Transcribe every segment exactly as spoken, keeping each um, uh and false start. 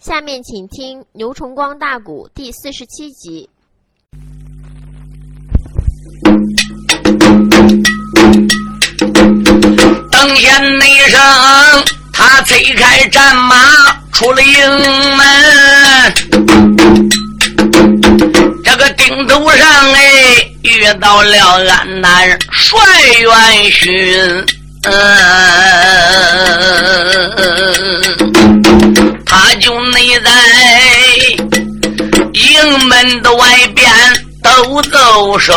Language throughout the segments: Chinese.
下面请听《牛崇光大鼓》第四十七集。 等闲内声，他催开战马出了营门。这个顶头上哎，遇到了俺那帅元勋。嗯，他就内在营门的外边抖抖手，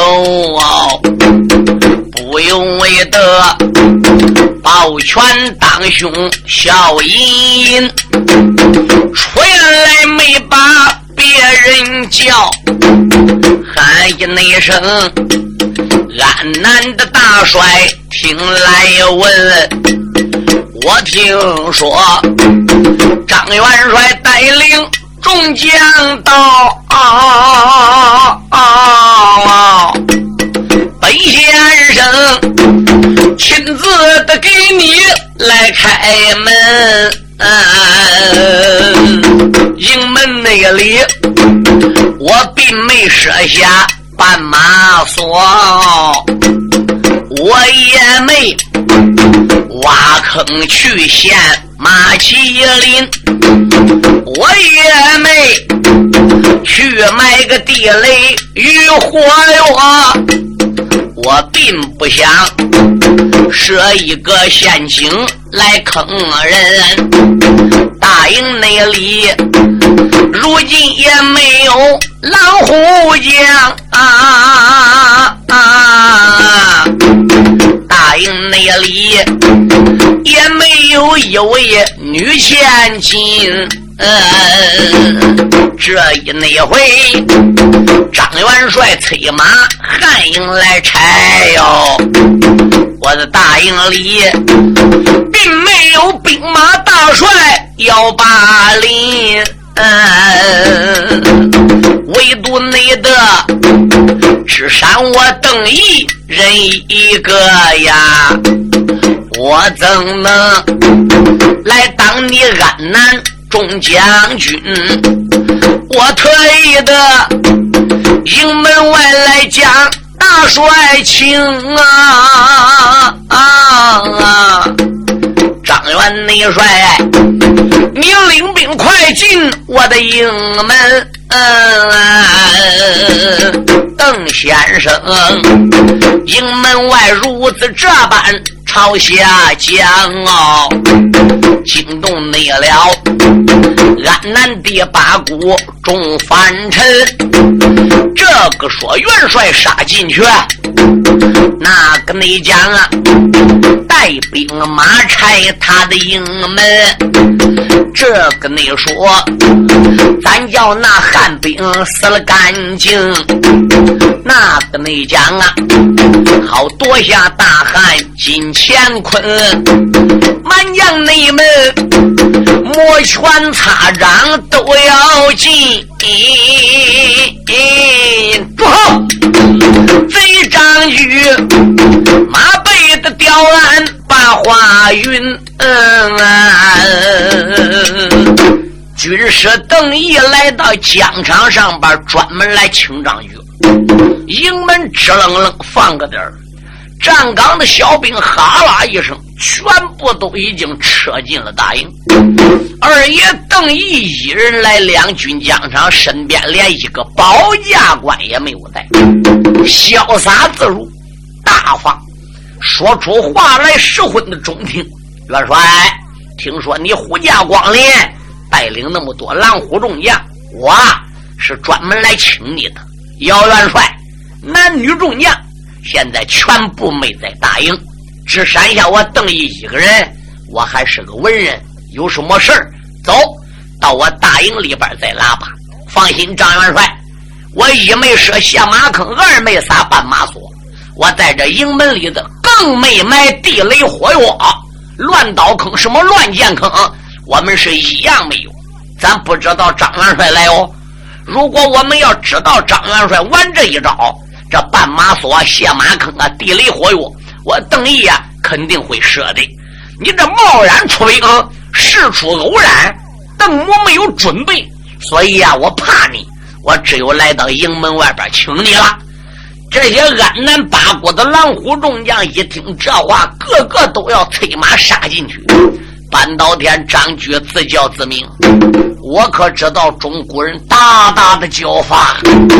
不用为得抱拳当胸笑吟吟，出来没把别人叫，喊一那声安南的大帅听来问，我听说张元帅带领众将到、啊啊啊、本先生亲自的给你来开门、啊、营门那里我并没设下绊马索，我也没挖坑去陷马麒麟，我也没去买个地雷与火药，我并不想设一个陷阱来坑人。大营内里如今也没有老虎将啊啊！大营内里也没有一位女千金。嗯，这一那回张元帅催马汉营来拆哟，我的大营里并没有兵马大帅幺八零，嗯，唯独内的只闪我邓毅人一个呀，我怎能来当你安南众将军？我特意的营门外来讲大帅情啊啊啊！张元内帅，你领兵快进我的营门。嗯，邓先生，营门外如此这般朝下讲哦，惊动内了安南第八股众反臣。这个说元帅杀进去，那个内讲啊，带兵马拆他的营门。这个内说，咱叫那汉兵死了干净。那个内讲啊，好夺下大汉金乾坤。满将内们摩拳擦掌都要进。住后，贼张举马背的雕鞍把花云。嗯啊，军师邓毅来到疆场上边，专门来请张举。营门支棱棱放个点儿，站岗的小兵哈啦一声，全部都已经撤进了大营。二爷邓毅一人来两军疆场，身边连一个保驾官也没有带，潇洒自如，大方，说出话来十分的中听。元帅，听说你虎驾光临，带领那么多狼虎众将，我是专门来请你的。姚元帅，男女众将现在全部没在大营，只闪下我邓毅一个人。我还是个文人，有什么事儿走到我大营里边再拉吧。放心，张元帅，我一没设下马坑，二没撒绊马索，我在这营门里的更没埋地雷火药，乱刀坑什么乱箭坑，我们是一样没有。咱不知道张元帅来哦，如果我们要知道张元帅玩这一招，这绊马索、卸马坑啊、地雷火药，我邓毅啊肯定会射的。你这贸然出兵，事出偶然， 邓母没有准备，所以呀、啊，我怕你，我只有来到营门外边请你了。这些安南八国的狼虎众将一听这话，个个都要催马杀进去。半岛天张举自叫自明，我可知道中国人大大的教法。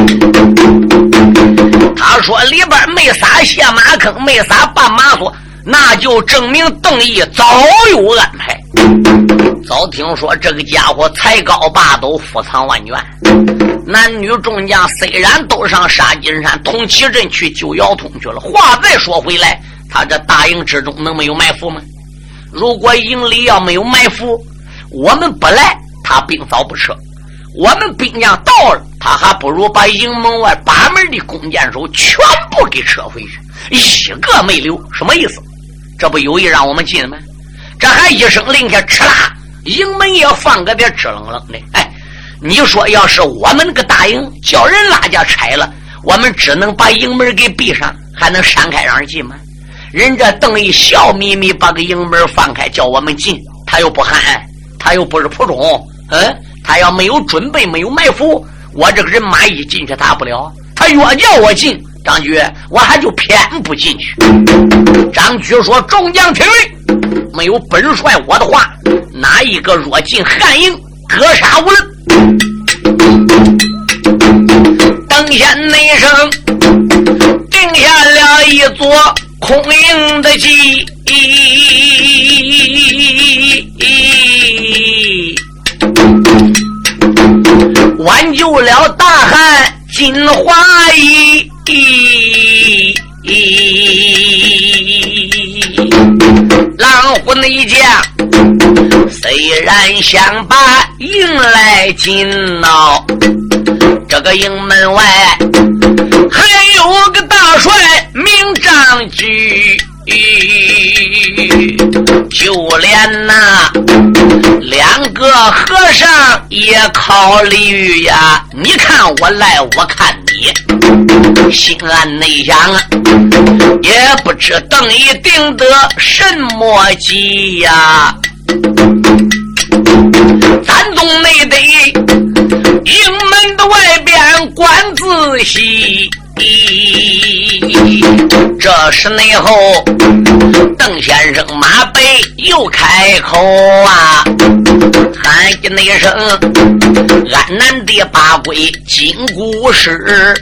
他说里边没撒下马坑，没撒绊马索，那就证明邓毅早有安排。早听说这个家伙才高八斗，腹藏万卷，男女众将虽然都上沙金山同齐镇去救姚通去了，话再说回来，他这大营之中能没有埋伏吗？如果营里要没有埋伏，我们不来，他兵早不撤；我们兵将到了，他还不如把营门外八门的弓箭手全部给撤回去，一个没留。什么意思？这不有意让我们进吗？这还一声令下，哧啦，营门也放个点直愣愣的。哎，你说要是我们那个大营叫人拉架拆了，我们只能把营门给闭上，还能闪开让人进吗？人家邓毅笑眯眯把个营门放开叫我们进，他又不喊，他又不是普种，嗯，他要没有准备没有埋伏，我这个人马一进去打不了，他越叫我进，张举我还就偏不进去。张举说众将听令，没有本帅我的话，哪一个若进汉营，格杀无论。邓先那声定下了一座空营的计，挽救了大汉金华衣。狼虎内将虽然想把营来进闹，这个营门外还有个大帅名张举，就连那两个和尚也考虑呀，你看我来我看你，心暗内想啊，也不知邓毅定得什么计呀。咱东内得营门的外边管仔细，这时内后邓先生马背又开口啊，喊一那声安南的八鬼金箍师。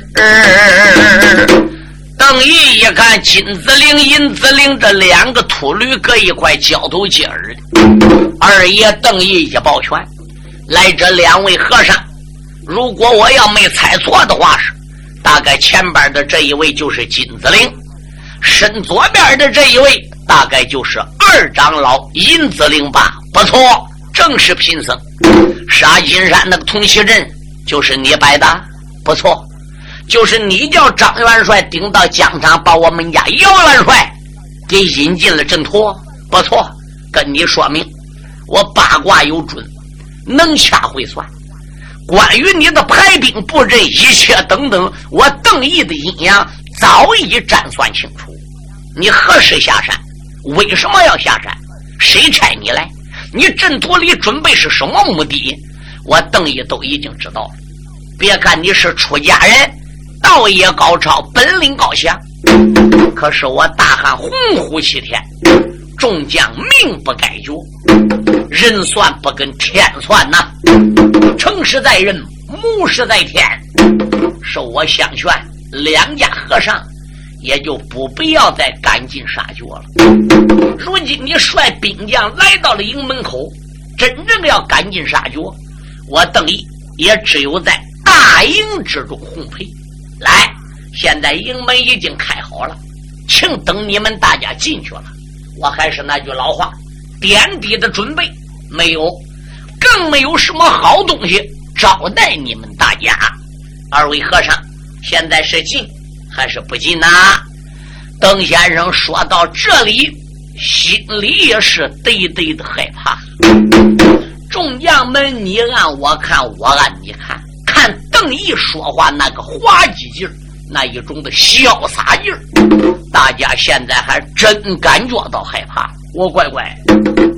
邓毅一看金子陵银子陵这两个秃驴搁一块交头接耳的，二爷邓毅一抱拳，来这两位和尚，如果我要没猜错的话，是大概前边的这一位就是金子陵，身左边的这一位大概就是二长老银子陵吧。不错，正是贫僧。沙金山那个同齐镇就是你摆的，不错，就是你叫张元帅顶到疆场，把我们家姚元帅给引进了阵托。不错，跟你说明我八卦有准，能掐会算，关于你的排兵布阵一切等等，我邓毅的阴阳早已占算清楚。你何时下山，为什么要下山，谁差你来，你阵图里准备是什么目的，我邓毅都已经知道了。别看你是出家人，道业高超，本领高强，可是我大汉洪虎齐天，众将命不该绝，人算不跟天算呐、啊，成事在人，谋事在天。受我相劝，两家和尚也就不必要再赶尽杀绝了。如今你率兵将来到了营门口，真正要赶尽杀绝，我邓毅也只有在大营之中烘焙。来，现在营门已经开好了，请等你们大家进去了。我还是那句老话，点滴的准备没有，更没有什么好东西招待你们大家。二位和尚，现在是进还是不进呢？邓先生说到这里，心里也是嘚嘚的害怕。众将们，你按我看，我按你看，看邓毅说话那个滑稽劲儿，那一种的潇洒劲儿，大家现在还真感觉到害怕。我乖乖，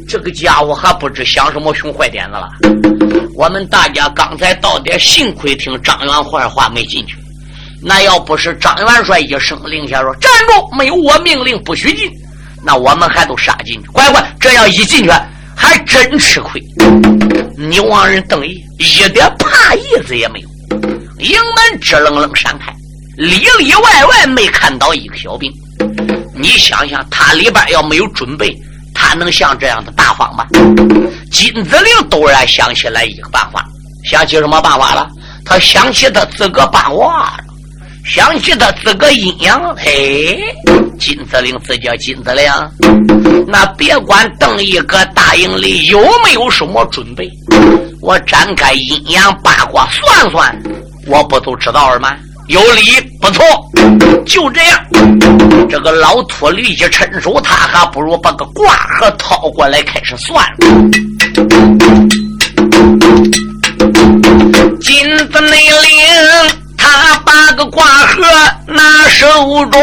这个家伙还不知想什么熊坏点子了。我们大家刚才到点，幸亏听张元坏话没进去。那要不是张元帅一声令下说站住，没有我命令不许进，那我们还都杀进去。乖乖，这样一进去还真吃亏。你望人邓毅一点怕意思也没有，营门直愣愣闪开，里里外外没看到一个小兵。你想想，他里边要没有准备，他能像这样的大方吗？金子陵突然想起来一个办法，想起什么办法了？他想起他自个八卦了，想起他自个阴阳了。嘿，金子陵自叫金子陵，那别管邓毅搁大营里有没有什么准备，我展开阴阳八卦算算，我不都知道了吗？有理，不错，就这样。这个老秃驴一伸手，他还不如把个卦盒掏过来开始算了。金子内领，他把个卦盒拿手中，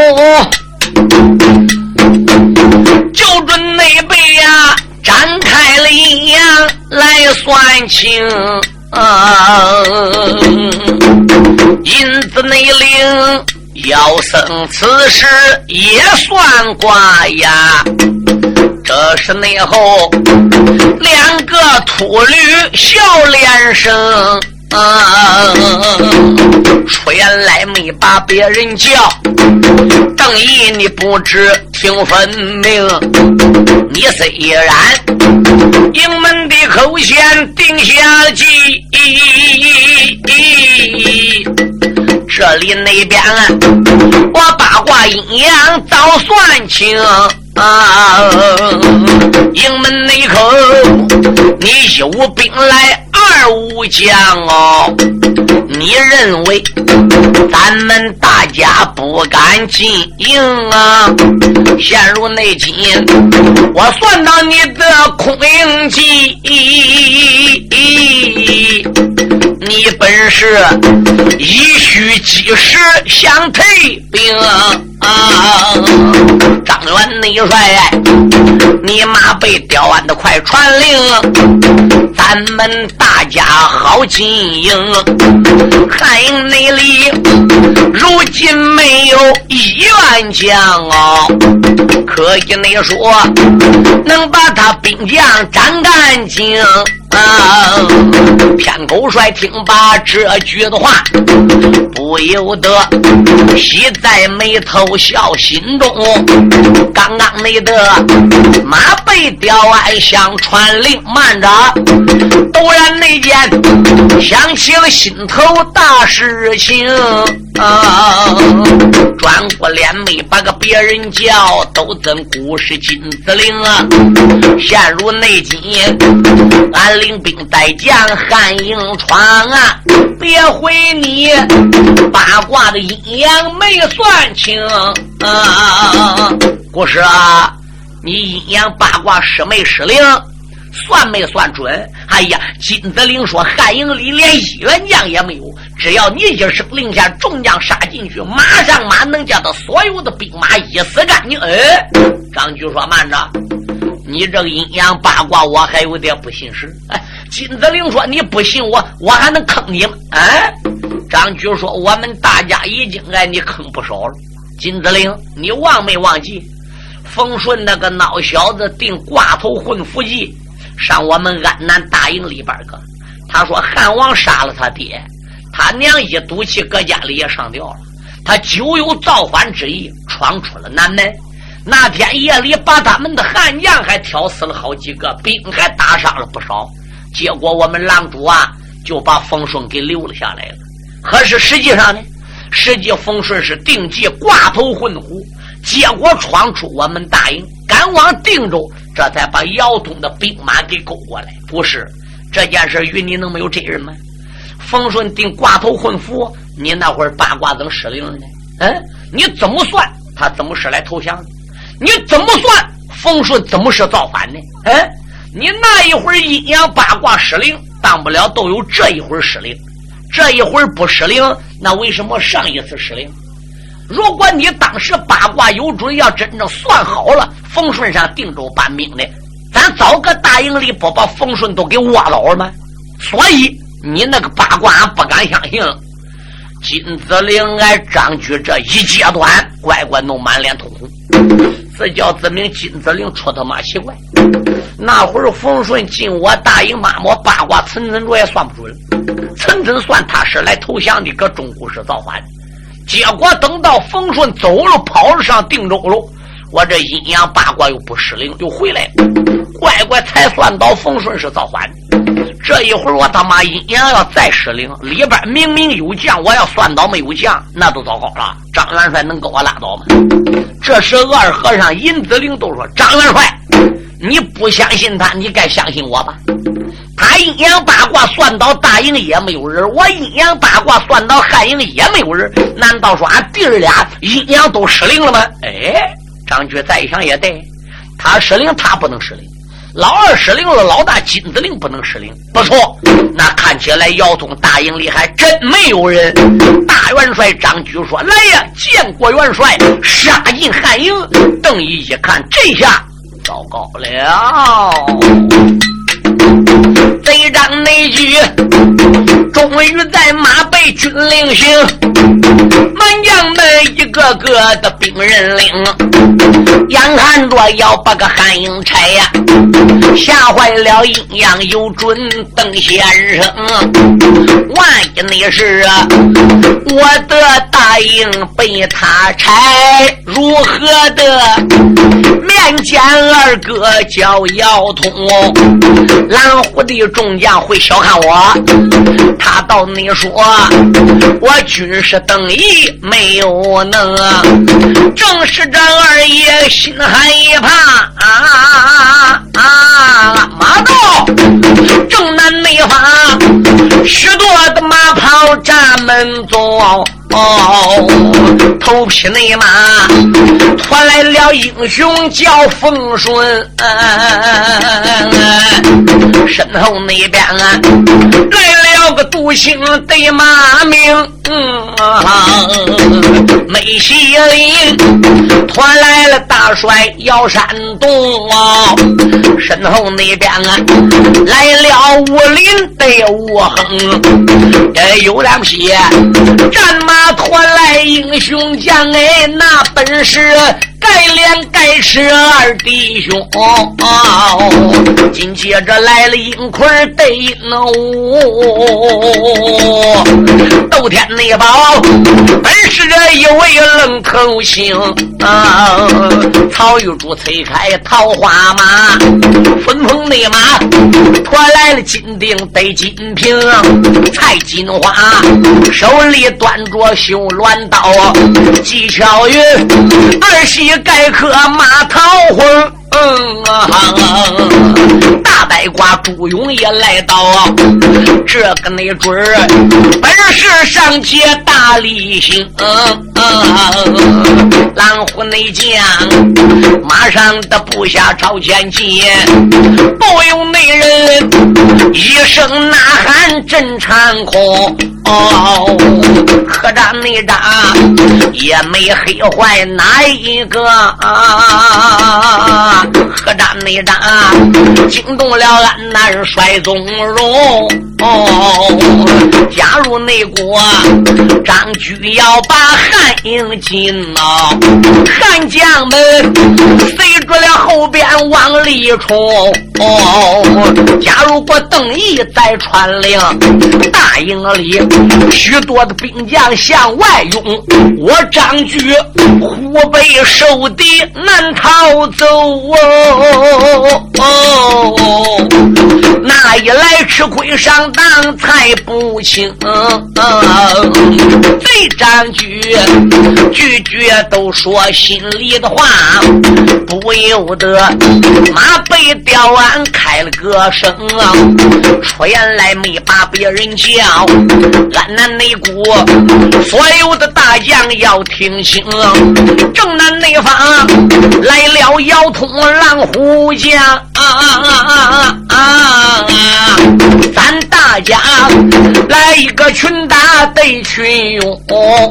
就准内背呀，展开了阴阳来算清。啊，因子内领，妖僧此时也算卦呀。这是内后两个秃驴笑脸声啊，出言来没把别人叫，邓毅你不知听分明，你虽然营门的口弦定下计，这里那边我八卦阴阳早算清啊，营门内口你一无兵来二无将哦，你认为咱们大家不敢进营啊？陷入内急，我算到你的空营计，你本是一虚几时想退兵啊？张元内帅，你马被刁安的快传令，咱们大家好进营。汉营内里如今没有一员将哦，可以内说能把他兵将斩干净啊！偏口帅听罢这句的话，不由得喜在眉头笑心中。刚刚那的马被刁安想传令，慢着，突然那件想起了心头大事情啊！转过脸没把个别人叫，都怎故事金子陵啊！陷入内急，俺领兵带将汉营闯啊！别回你八卦的阴阳没算清啊！故事啊，你阴阳八卦是没是灵，算没算准？哎呀，金子陵说汉营里连一员将也没有，只要你一声令下，众将杀进去，马上马能将他所有的兵马一死干净。哎，张举说慢着，你这个阴阳八卦我还有点不信实。哎，金子陵说你不信我，我还能坑你吗？哎，张举说我们大家已经挨你坑不少了。金子陵，你忘没忘记丰顺那个孬小子定挂头混符计上我们安南大营里边个，他说汉王杀了他爹，他娘一赌气搁家里也上吊了，他久有造反之意，闯出了南门。那天夜里把他们的汉将还挑死了好几个，兵还打伤了不少，结果我们狼主啊就把丰顺给留了下来了。可是实际上呢，实际丰顺是定计挂头混虎，结果闯出我们大营，赶往定州，这才把姚通的兵马给勾过来。不是这件事与你能没有这人吗？丰顺定挂头混符，你那会儿八卦怎么失灵了呢？嗯，你怎么算他怎么是来投降的？你怎么算丰顺怎么是造反呢？嗯，你那一会儿阴阳八卦失灵，当不了都有这一会儿失灵，这一会儿不失灵，那为什么上一次失灵？如果你当时八卦有准，要真正算好了，丰顺上定州搬兵的， 咱早个大营里不把冯顺都给挖倒了吗？所以你那个八卦俺不敢相信了。金子陵挨张举这一阶段，乖乖弄满脸通红，这叫自明金子陵出他妈奇怪。那会儿冯顺进我大营骂我八卦，岑岑着也算不准，岑岑算他是来投降的，搁中古是造反。结果等到冯顺走了，跑了上定州了，我这阴阳八卦又不失灵，又回来了，乖乖才算到冯顺是造反。这一会儿我他妈阴阳要再失灵，里边明明有将，我要算到没有将，那都糟糕了。张元帅能给我拉倒吗？这时二和尚尹子陵都说：“张元帅，你不相信他，你该相信我吧。他阴阳八卦算到大营也没有人，我阴阳八卦算到汉营也没有人，难道说俺弟儿俩阴阳都失灵了吗？”哎，张觉再一想也对，他失灵他不能失灵，老二失灵了，老大金子陵不能失灵。不错，那看起来姚通大营里还真没有人。大元帅张举说：“来呀，见过元帅！”杀进汉营，邓毅一看，这下糟糕了。这张内举终于在马背军令行，满将们一个个的兵人领，眼看着要把个汉营拆呀，吓坏了阴阳有准邓先生。万一那是啊，我的大营被他拆，如何的面见二哥叫姚通？蓝虎的众将会小看我，他到你说我军师邓毅没有能，正是这二爷心害怕啊啊啊！马到正南内方，许多的马炮炸门中。哦，头匹内马传来了英雄叫冯顺，身后那边啊来了个独行的马名，嗯，美西林传来了大帅姚山东，身后那边啊来了武林的武亨，这有两匹战马团来英雄将，哎，那本是该脸该吃二弟兄。哦，紧接着来了英魁对喏，斗天内宝本是这一位愣口星啊，曹玉柱催开桃花马，分封内马传来了金锭对金瓶，蔡金花手里端着绣鸾刀，纪巧云二喜盖克马桃花，嗯啊，大白瓜朱勇也来到，这个那准儿本是上界大力行，嗯啊，蓝虎内将马上的部下朝前进，不用内人一声呐喊震长空。哦，客栈内战也没黑坏哪一个啊，客栈内战惊动了俺南帅宗荣。哦，加入内国张居要把汉营进啊，汉将们随着了后边往里冲。哦，加入过邓毅在传令，大营里许多的兵将向外涌，我张居虎背受敌难逃走。哦哦，那一来吃亏上当才不轻。这张居句句都说心里的话，不由得马背吊鞍开了个声，出言来没把别人叫，安南内谷所有的大将要听清，正南内方来了姚通狼虎将啊啊啊啊啊！咱大家来一个群打对群勇，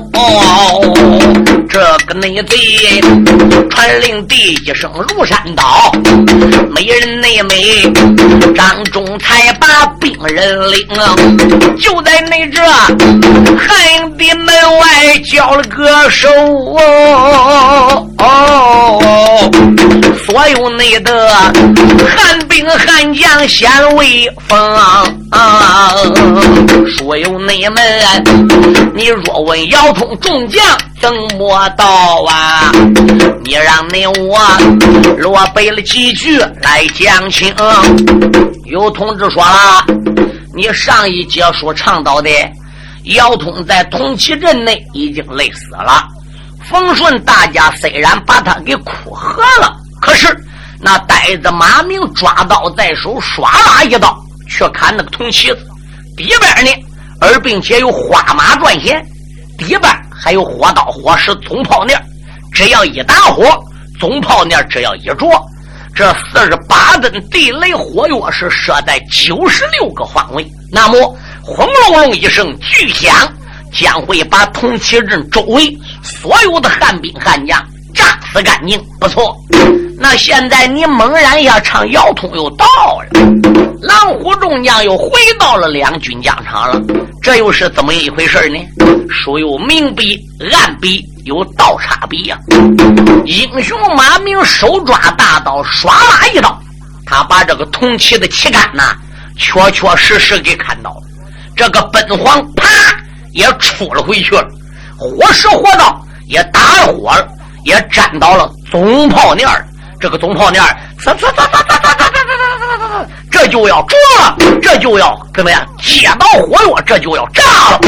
这个内贼传令第一声庐山倒，美人内美张忠才把兵人领，就在那这汉营的门外交了个手，哦哦，所有内的汉兵汉将显威风啊！所有内们，你若问姚通众将怎么到啊？你让你我落背了几句来讲清。有同志说了，你上一节所倡导的姚通在同齐镇内已经累死了，冯顺大家虽然把他给苦喝了，可是那呆子马明抓刀在手，唰啦一刀却砍那个铜旗子，底边呢而并且有花马转弦，底边还有火刀火石总炮链，只要一打火，总炮链只要一着，这四十八根地雷火药是射在九十六个方位，那么轰隆隆一声巨响，将会把铜旗镇周围所有的汉兵汉将炸死干净。不错，那现在你猛然一下唱姚通又到了，狼虎众将又回到了两军疆场了，这又是怎么一回事呢？书有明笔暗笔，有倒插笔呀、啊。英雄马明手抓大刀，唰啦一刀，他把这个铜旗的旗杆呐、啊，确确实实给砍倒了。这个本皇啪也出了回去了，火石火刀也打了火了，也沾到了总炮链儿。这个总炮链儿，这就要着了，这就要怎么样？接到火药，这就要炸了。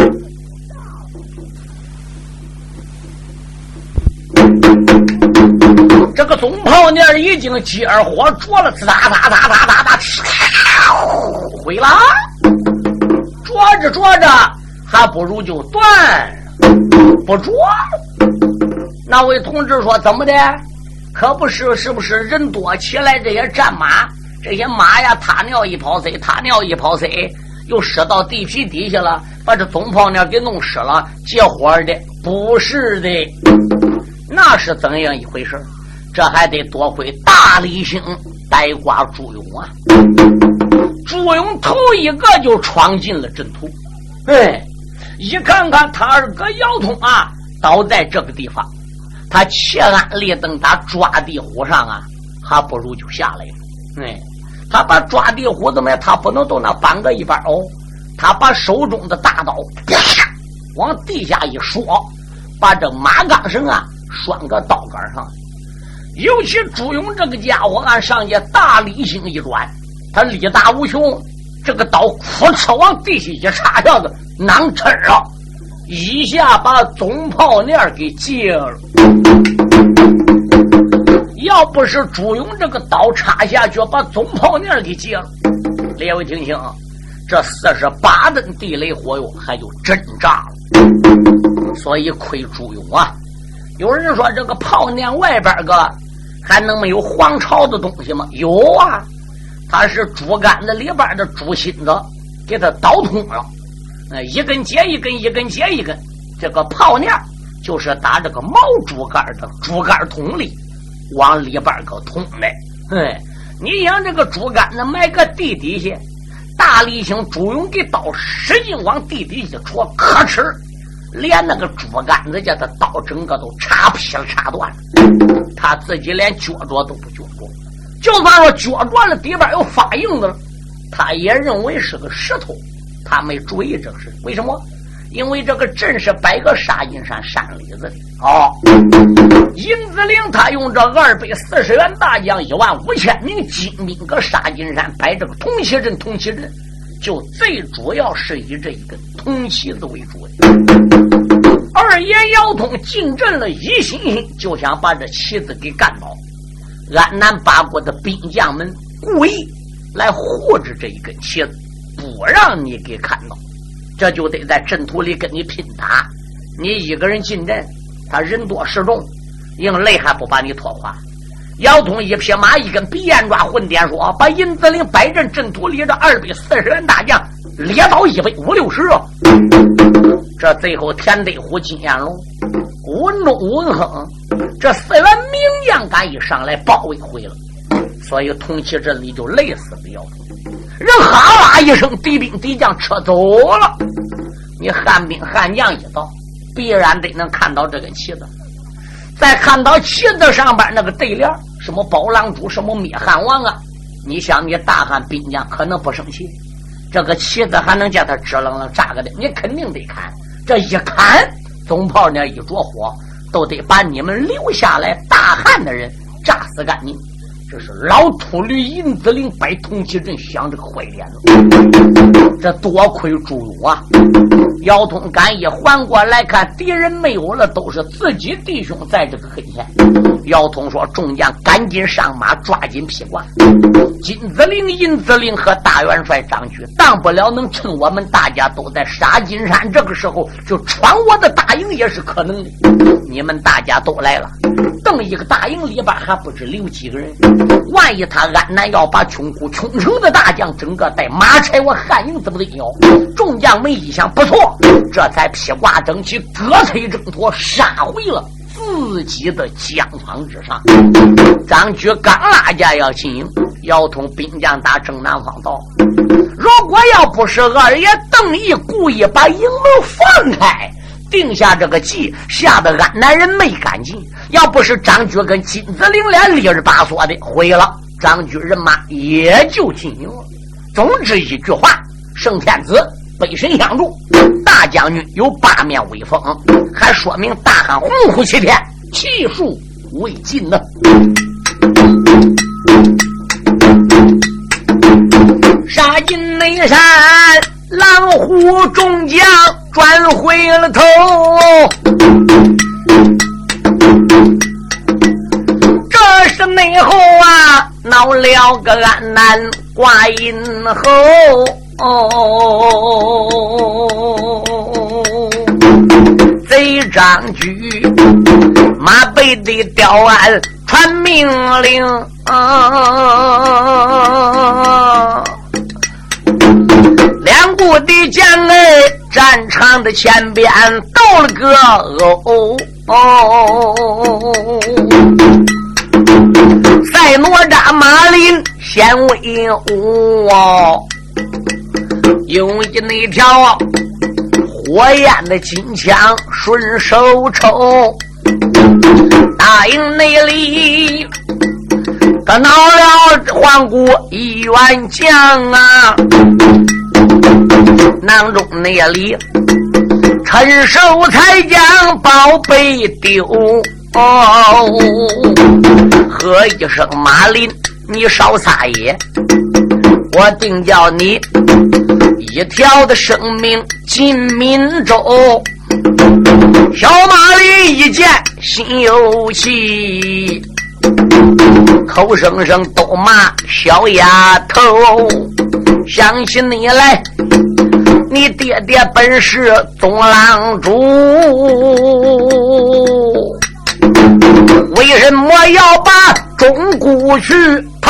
这个总炮链已经接着火着了，哒哒哒哒哒哒，毁了。着着着着，还不如就断了，不着了。那位同志说怎么的？可不是，是不是人多起来，这些战马，这些马呀，他尿一跑塞，他尿一跑塞，又湿到地皮底下了，把这总炮链给弄湿了，结火的不是的，那是怎样一回事？这还得多亏大理星呆瓜朱勇啊！朱勇头一个就闯进了阵图，哎，一看看他二哥姚通啊，倒在这个地方。他切安立等他抓地虎上啊，还不如就下来了。哎，他把抓地虎怎么样？他不能到那半个一半哦，他把手中的大刀啪往地下一说，把这马钢绳啊拴个刀杆上。尤其朱勇这个家伙按上去大力星一转，他力大无穷，这个刀噗哧往地下一插下子，囊吃了。一下把总炮链给接了，要不是朱勇这个刀插下去把总炮链给接了，列位听清，这四十八吨地雷火药还就真炸了。所以亏朱勇啊！有人说这个炮链外边个还能没有黄巢的东西吗？有啊，它是竹竿子里边的竹芯子给它倒通了。一根接一根，一根接一根，这个炮链就是打这个毛竹竿的竹竿筒里往里边个捅的。哎，你想这个竹竿子埋个地底下，大力星朱勇给刀使劲往地底下戳，可哧，连那个竹竿子叫他刀整个都插劈了插断了，他自己连脚着都不脚着，就算说脚着了底边有发硬子了，他也认为是个石头。他没注意这个事，为什么？因为这个镇是摆个沙金山山里子的哦。尹子陵他用这二百四十员大将，一万五千名精兵搁沙金山摆这个铜旗阵，铜旗阵就最主要是以这一根铜旗子为主的。二爷姚通进阵了，一心心就想把这旗子给干倒。安南八国的兵将们故意来护着这一根旗子，不让你给看到，这就得在阵图里跟你拼打。你一个人进阵，他人多势众，应雷还不把你拖垮。 姚通一匹马一根鼻烟抓混点说，把银子岭百阵阵图里的二百四十员大将列到一百五六十啊！这最后田德虎、金彦龙、文忠、文亨这四员名将敢一上来包围回了，所以同期阵里就累死了姚通。人哈啦一声，敌兵敌将撤走了。你汉兵汉将一到，必然得能看到这根旗子。再看到旗子上边那个对联，什么宝狼主，什么灭汉王啊，你想你大汉兵将可能不生气，这个旗子还能叫他支棱棱炸个的，你肯定得砍。这一砍，总炮那一着火，都得把你们留下来大汉的人炸死干净。这是老秃驴银子岭摆同期阵想这个坏脸子，这多亏朱勇啊！姚通敢一环过来看，敌人没有了，都是自己弟兄在这个跟前。姚通说：“众将赶紧上马，抓紧披挂。金子岭、银子岭和大元帅张举，当不了能趁我们大家都在杀金山这个时候就闯我的大营也是可能的。你们大家都来了，等一个大营里边还不知留几个人。万一他安南要把穷苦穷城的大将整个带马拆我汉营，怎么得了？众将们一想不错，这才披挂整齐，各推挣脱，杀回了自己的疆场之上。张举刚拉架要进营，姚通兵将打正南方到。如果要不是二爷邓毅故意把营门放开，定下这个计，吓得安南人没敢进。要不是张举跟金子岭连立着把锁的毁了，张举人马也就进营了。总之一句话，圣天子背身相助，大将军有八面威风，还说明大汉宏虎齐天，气数未尽呢。杀进内山，狼虎众将转回了头，这是内后啊闹了个安南挂阴后，贼张举马背的调案传命令，啊两股的将哎战场的前边到了个哦哦，赛哪吒马林先威武哦，用一那条火焰的金枪顺手抽，大营内里可恼了皇姑一员将啊，囊中那里趁手才将宝贝丢，哦，喝一声马林你少撒野，我定叫你一条的生命进民州。小马林一见心有气，口声声都骂小丫头，相信你来，你爹爹本是总郎主，为什么要把钟鼓去偷？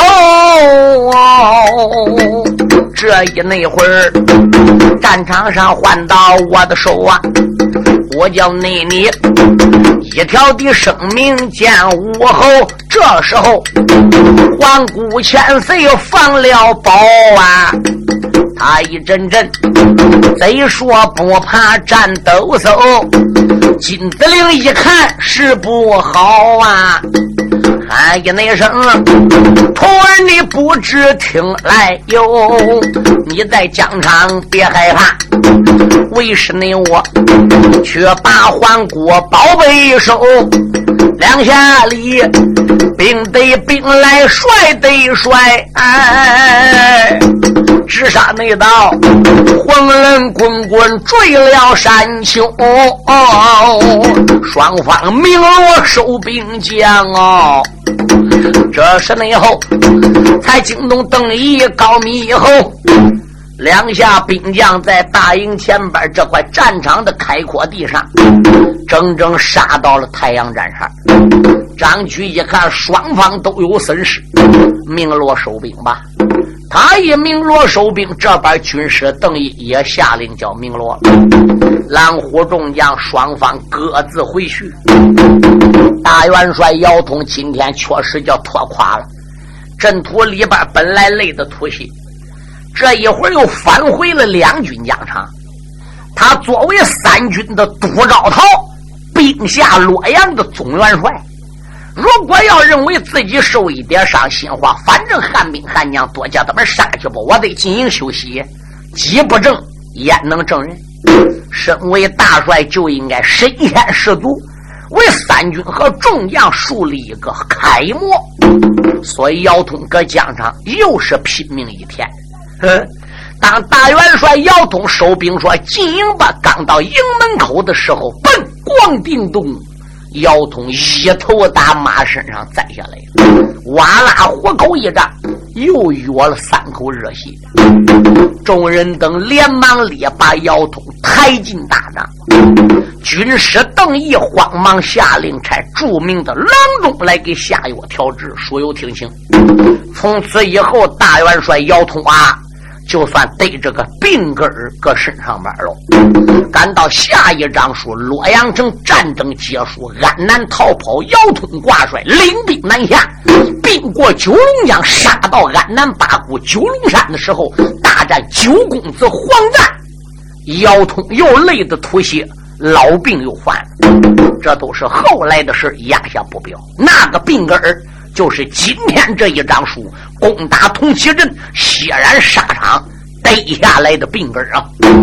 这一那会儿战场上换到我的手啊，我叫内你一条的生命见武后。这时候环顾千岁放了宝啊，他一阵阵贼说不怕战斗嗖，金子岭一看是不好啊，喊一那声徒儿你不知听来哟，你在疆场别害怕，为师你我却把环顾宝贝收，两下里兵得兵来帅得帅，哎，直杀那道黄人滚滚坠了山丘，哦，双方鸣锣收兵将哦。这是内后才惊动邓毅高密以后，两下兵将在大营前边这块战场的开阔地上整整杀到了太阳战上。 张举一看双方都有损失，鸣锣收兵吧。他一鸣锣收兵，这边军师邓毅也下令叫鸣锣了。蓝虎众将双方各自回去。大元帅姚通今天确实叫拖垮了，阵图里边本来累得吐血，这一会儿又返回了两军疆场。他作为三军的都兆涛，兵下洛阳的总元帅，如果要认为自己受一点伤心话，反正汉兵汉将多叫他们上去吧，我得进行休息。己不正焉能正人？身为大帅就应该身先士卒，为三军和众将树立一个楷模。所以姚通搁疆场又是拼命一天。哼，当大元帅姚通收兵说进营吧，刚到营门口的时候，奔咣叮咚，姚通一头打马身上栽下来了，哇啦虎口一张，又哕了三口热血。众人等连忙列把姚通抬进大帐。军师邓毅慌忙下令差著名的郎中来给下药调治，说有听清。从此以后，大元帅姚通啊，就算对这个病根儿搁身上边了。赶到下一章书，洛阳城战争结束，安南逃跑，姚通挂帅，领兵南下，并过九龙江，杀到安南八股九龙山的时候，大战九公子黄赞，姚通又累得吐血，老病又犯了。这都是后来的事，压下不表。那个病根儿就是今天这一章书攻打同齐镇血染沙场逮下来的病根啊！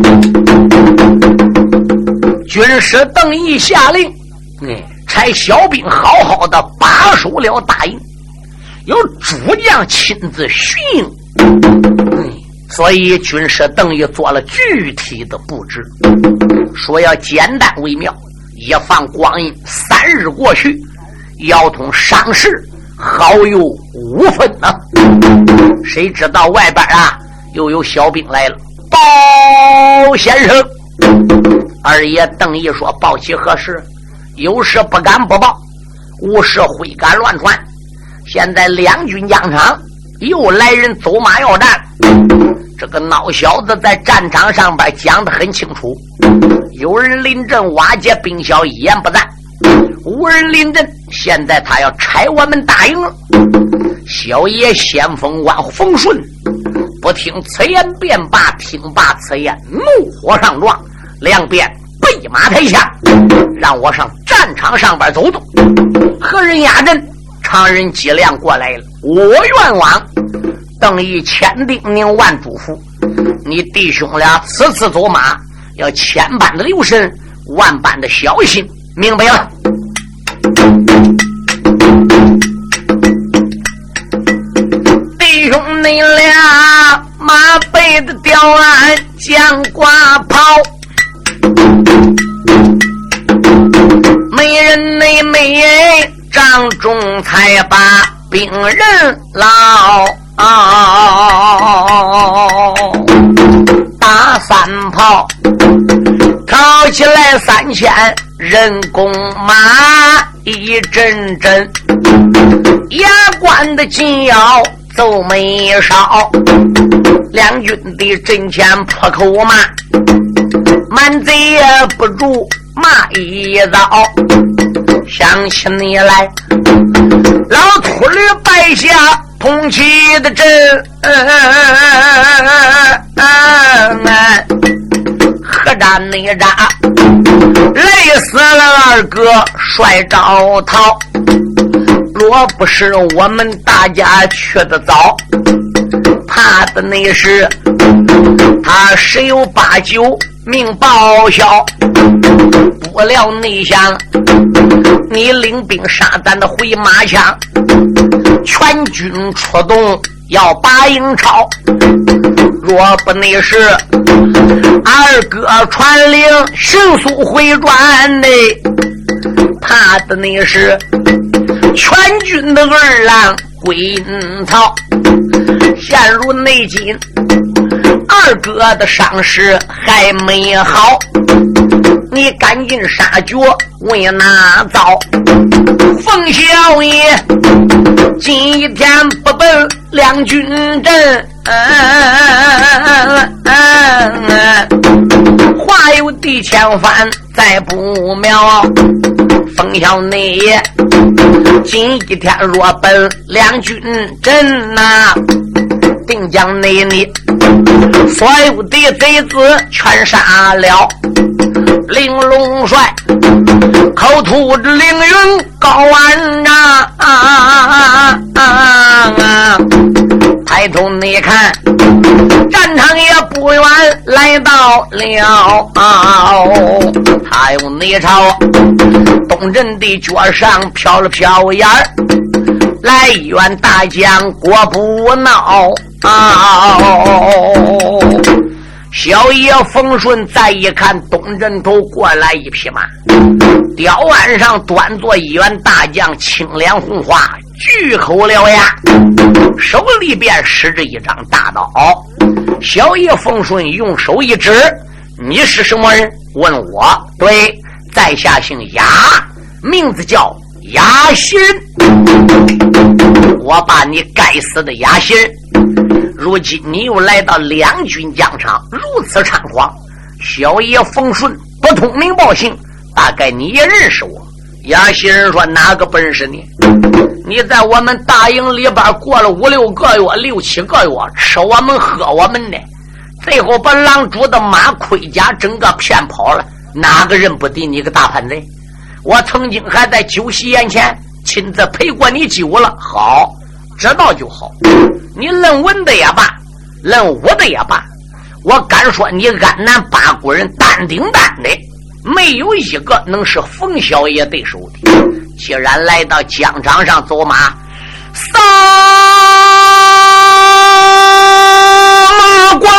军师邓毅下令，嗯，差小兵好好的把守了大营，由主将亲自巡营。嗯，所以军师邓毅做了具体的布置，说要简单为妙。一放光阴三日过去，姚通伤势好有五分呢、啊。谁知道外边啊又有小兵来了。报先生，二爷邓毅说：报喜何事？有事不敢不报，无事挥杆乱传。现在两军疆场又来人走马要战，这个孬小子在战场上边讲得很清楚，有人临阵瓦解兵小，一言不赞；无人临阵，现在他要拆我们大营了。小爷先锋官冯顺不听此言便罢，听罢此言怒火上撞，两边备马台下，让我上战场上边走动。何人压阵？常人脊梁过来了，我愿往。邓毅千叮咛万嘱咐，你弟兄俩此次走马要千般的留神，万般的小心，明白了？弟兄你俩马背的吊鞍将挂炮，没人内没帐中才把兵人捞。打三炮靠起来三千人工马，一阵阵牙关的紧要奏没少，两军的阵前破口骂，满贼也不住骂一遭。想起你来，老秃驴败下同齐的阵，何战内战，累死了二哥帅招逃。若不是我们大家去的早，怕的那是他十有八九命报销。不料内想你领兵杀咱的回马枪，全军出动要把营抄。若不那是二哥传令迅速回转的，怕的那是全军的二郎归阴逃。陷入内急，二哥的伤势还没好， 你赶紧杀绝为哪遭？冯小爷今一天不奔两军阵，话有地千番再不妙。冯小内今一天若奔两军阵呐，定将内你所有的贼子全杀了。玲珑帅口吐着凌云高万丈，啊啊啊啊！抬头你看，战场也不远来到了，还有你朝东阵的脚上飘了飘眼儿，来援大将国不闹。小爷冯顺再一看，东阵头过来一匹马，吊鞍上端坐一员大将，青脸红花，巨口獠牙，手里边使着一张大刀。小爷冯顺用手一指：“你是什么人？”问我。对，在下姓雅，名字叫雅心。我把你该死的雅心，如今你又来到两军疆场，如此猖狂。小爷冯顺不通名报姓，大概你也认识我。雅心人说：“哪个不认识你？你在我们大营里边过了五六个月、六七个月，吃我们喝我们的，最后把狼主的马盔甲整个骗跑了，哪个认不得你个大叛贼？我曾经还在酒席宴前亲自陪过你酒了。好，知道就好。你论文的也罢，论武的也罢，我敢说你安南八股人单顶单的，没有一个能是冯小爷对手的。既然来到疆场上走马，撒马怪！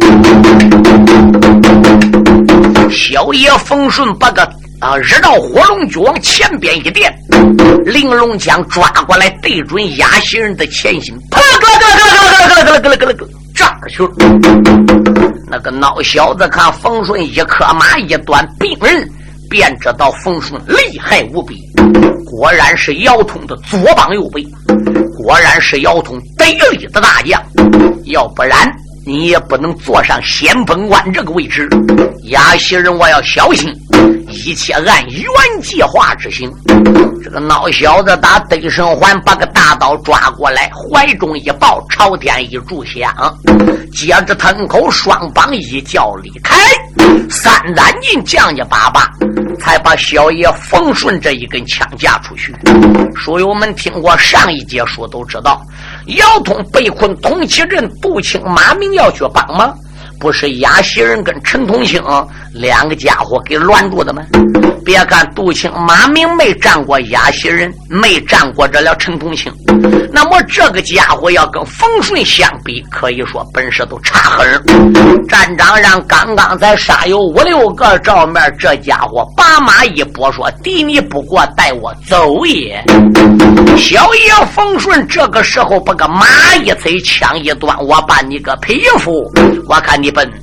小爷冯顺把个啊日照火龙举往前边一垫，玲珑枪抓过来，对准雅心人的前心，啪啦啦啦啦啦啦啦啦啦啦，炸去了。那个孬小子看冯顺一颗马一端兵刃，便知道冯顺厉害无比，果然是姚通的左膀右臂，果然是姚通得力的大将，要不然你也不能坐上先锋官这个位置。雅西人，我要小心，一切按原计划执行。这个孬小子打得胜环把个大刀抓过来，怀中一抱，朝天一炷香，接着吞口，双膀一叫离开，三胆进将家爸爸，才把小爷冯顺这一根枪架出去。书友们听过上一节书都知道，姚通被困同齐镇，杜青马明要去帮忙，不是雅西人跟陈同兴两个家伙给乱住的吗？别看杜青马明没战过雅西人，没战过这了陈同兴，那么这个家伙要跟冯顺相比，可以说本事都差很。战场上刚刚才杀有五六个照面，这家伙把马一拨说：“敌你不过，带我走也。”小爷冯顺这个时候把个马一催，枪一端，我把你个匹夫，我看你奔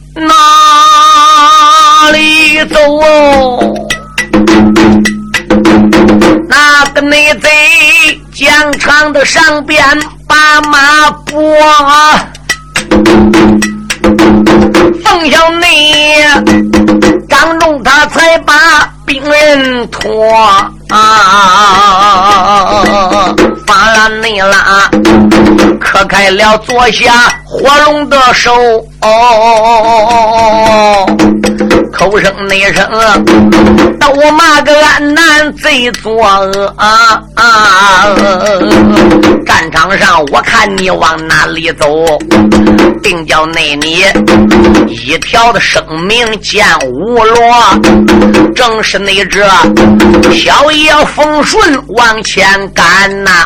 哪里走哦？那个内贼疆场的上边把马拨，冯小内刚中他才把兵人拖啊，发了内拉，磕开了坐下火龙的手哦，口声内声都骂个俺南贼作恶啊啊！战场上我看你往哪里走，定叫内你一条的生命见无落，正是那这小爷风顺往前赶呐、啊！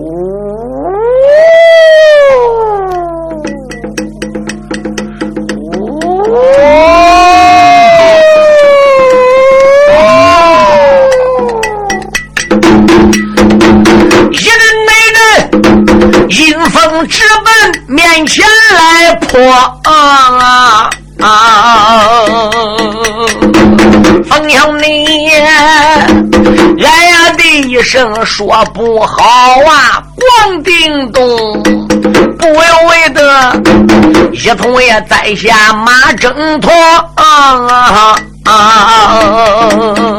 一人没人阴风直奔面前来破啊啊啊！ 朋友你哎呀的一声说不好啊，光叮咚不由为的一同也在下马挣脱啊啊啊！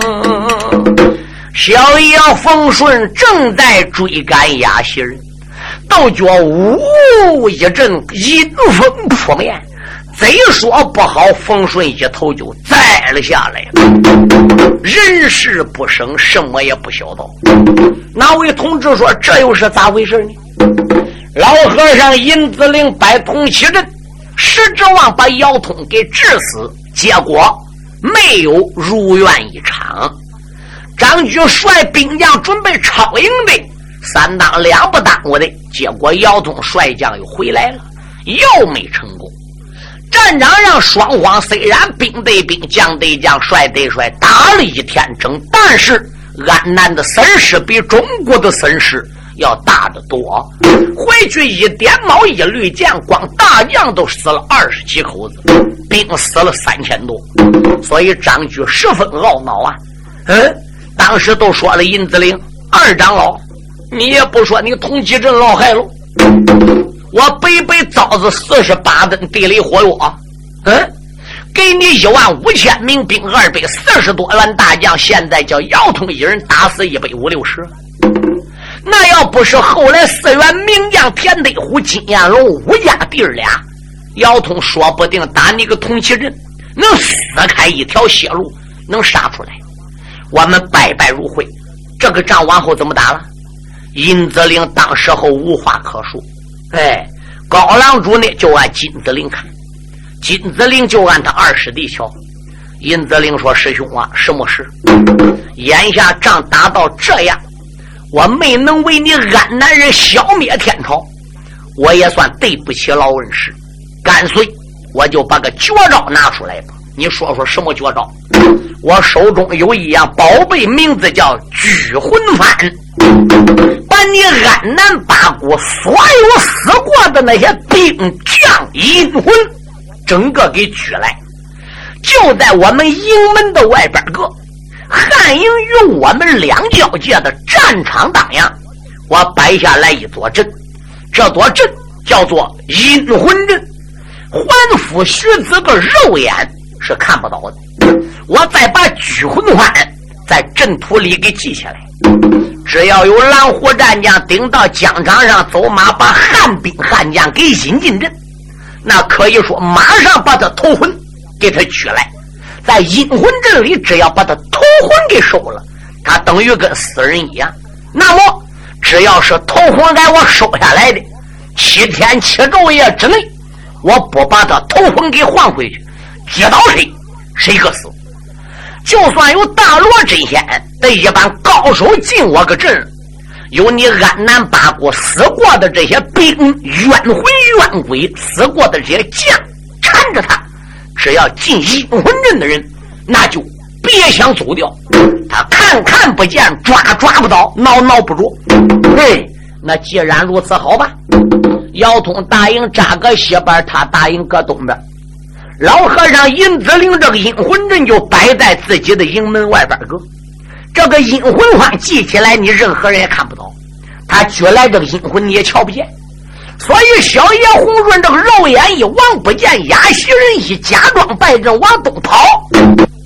小爷冯顺正在追赶亚西人，都觉呜一阵阴风扑面，贼说不好，冯顺一头就栽了下来了，人事不省，什么也不晓得。哪位同志说这又是咋回事呢？老和尚尹子陵摆通七阵，实指望把姚通给治死，结果没有如愿以偿。张举率兵将准备超营的，三当两不耽误的，结果姚通率将又回来了，又没成功。战场上双方虽然兵对兵，将对将，帅对帅，打了一天整，但是安南的损失比中国的损失要大得多。回去一点毛一律将，光大将都死了二十七口子，兵死了三千多，所以张举十分懊恼啊。嗯，当时都说了尹子陵二长老，你也不说你同济镇老害了，我北北遭子四十八吨地雷火药，嗯，给你一万五千名兵，二百四十多员大将，现在叫姚通一人打死一百五六十。那要不是后来四员名将田德虎、金彦龙五家弟儿俩，姚通说不定打你个同济镇能撕开一条血路，能杀出来。我们拜拜如会，这个仗往后怎么打了？尹子陵当时候无话可说。哎，高郎主呢就按金子陵看，金子陵就按他二师弟瞧。尹子陵说：“师兄啊，什么事？眼下仗打到这样，我没能为你安南人消灭天朝，我也算对不起老恩师，干脆我就把个绝招拿出来吧。你说说什么绝招？我手中有一样宝贝，名字叫聚魂幡，把你安南八国所有死过的那些兵将阴魂整个给聚来，就在我们营门的外边个汉营与我们两交界的战场当阳，我摆下来一座阵，这座阵叫做阴魂阵，还府徐子个肉眼是看不到的，我再把聚魂幡在阵图里给记下来，只要有蓝虎战将顶到疆场上走马，把汉兵汉将给引进阵，那可以说马上把他头魂给他取来，在阴魂阵里只要把他头魂给收了，他等于跟死人一样。那么只要是头魂给我收下来的，七天七昼夜之内，我不把他头魂给换回去，接到谁谁可死。就算有大罗真仙的一般高手进我个阵，有你安南八国死过的这些兵，冤魂冤鬼死过的这些将缠着他，只要进阴魂阵的人，那就别想走掉，他看看不见，抓抓不到，挠挠不着。嘿，那既然如此，好吧，姚通答应扎个西边，他答应搁东边。老和尚尹子陵这个阴魂阵就摆在自己的营门外边个，这个阴魂幡记起来，你任何人也看不到，他举来这个阴魂你也瞧不见，所以小爷洪顺这个肉眼一望不见，亚西人一假装败阵往东跑，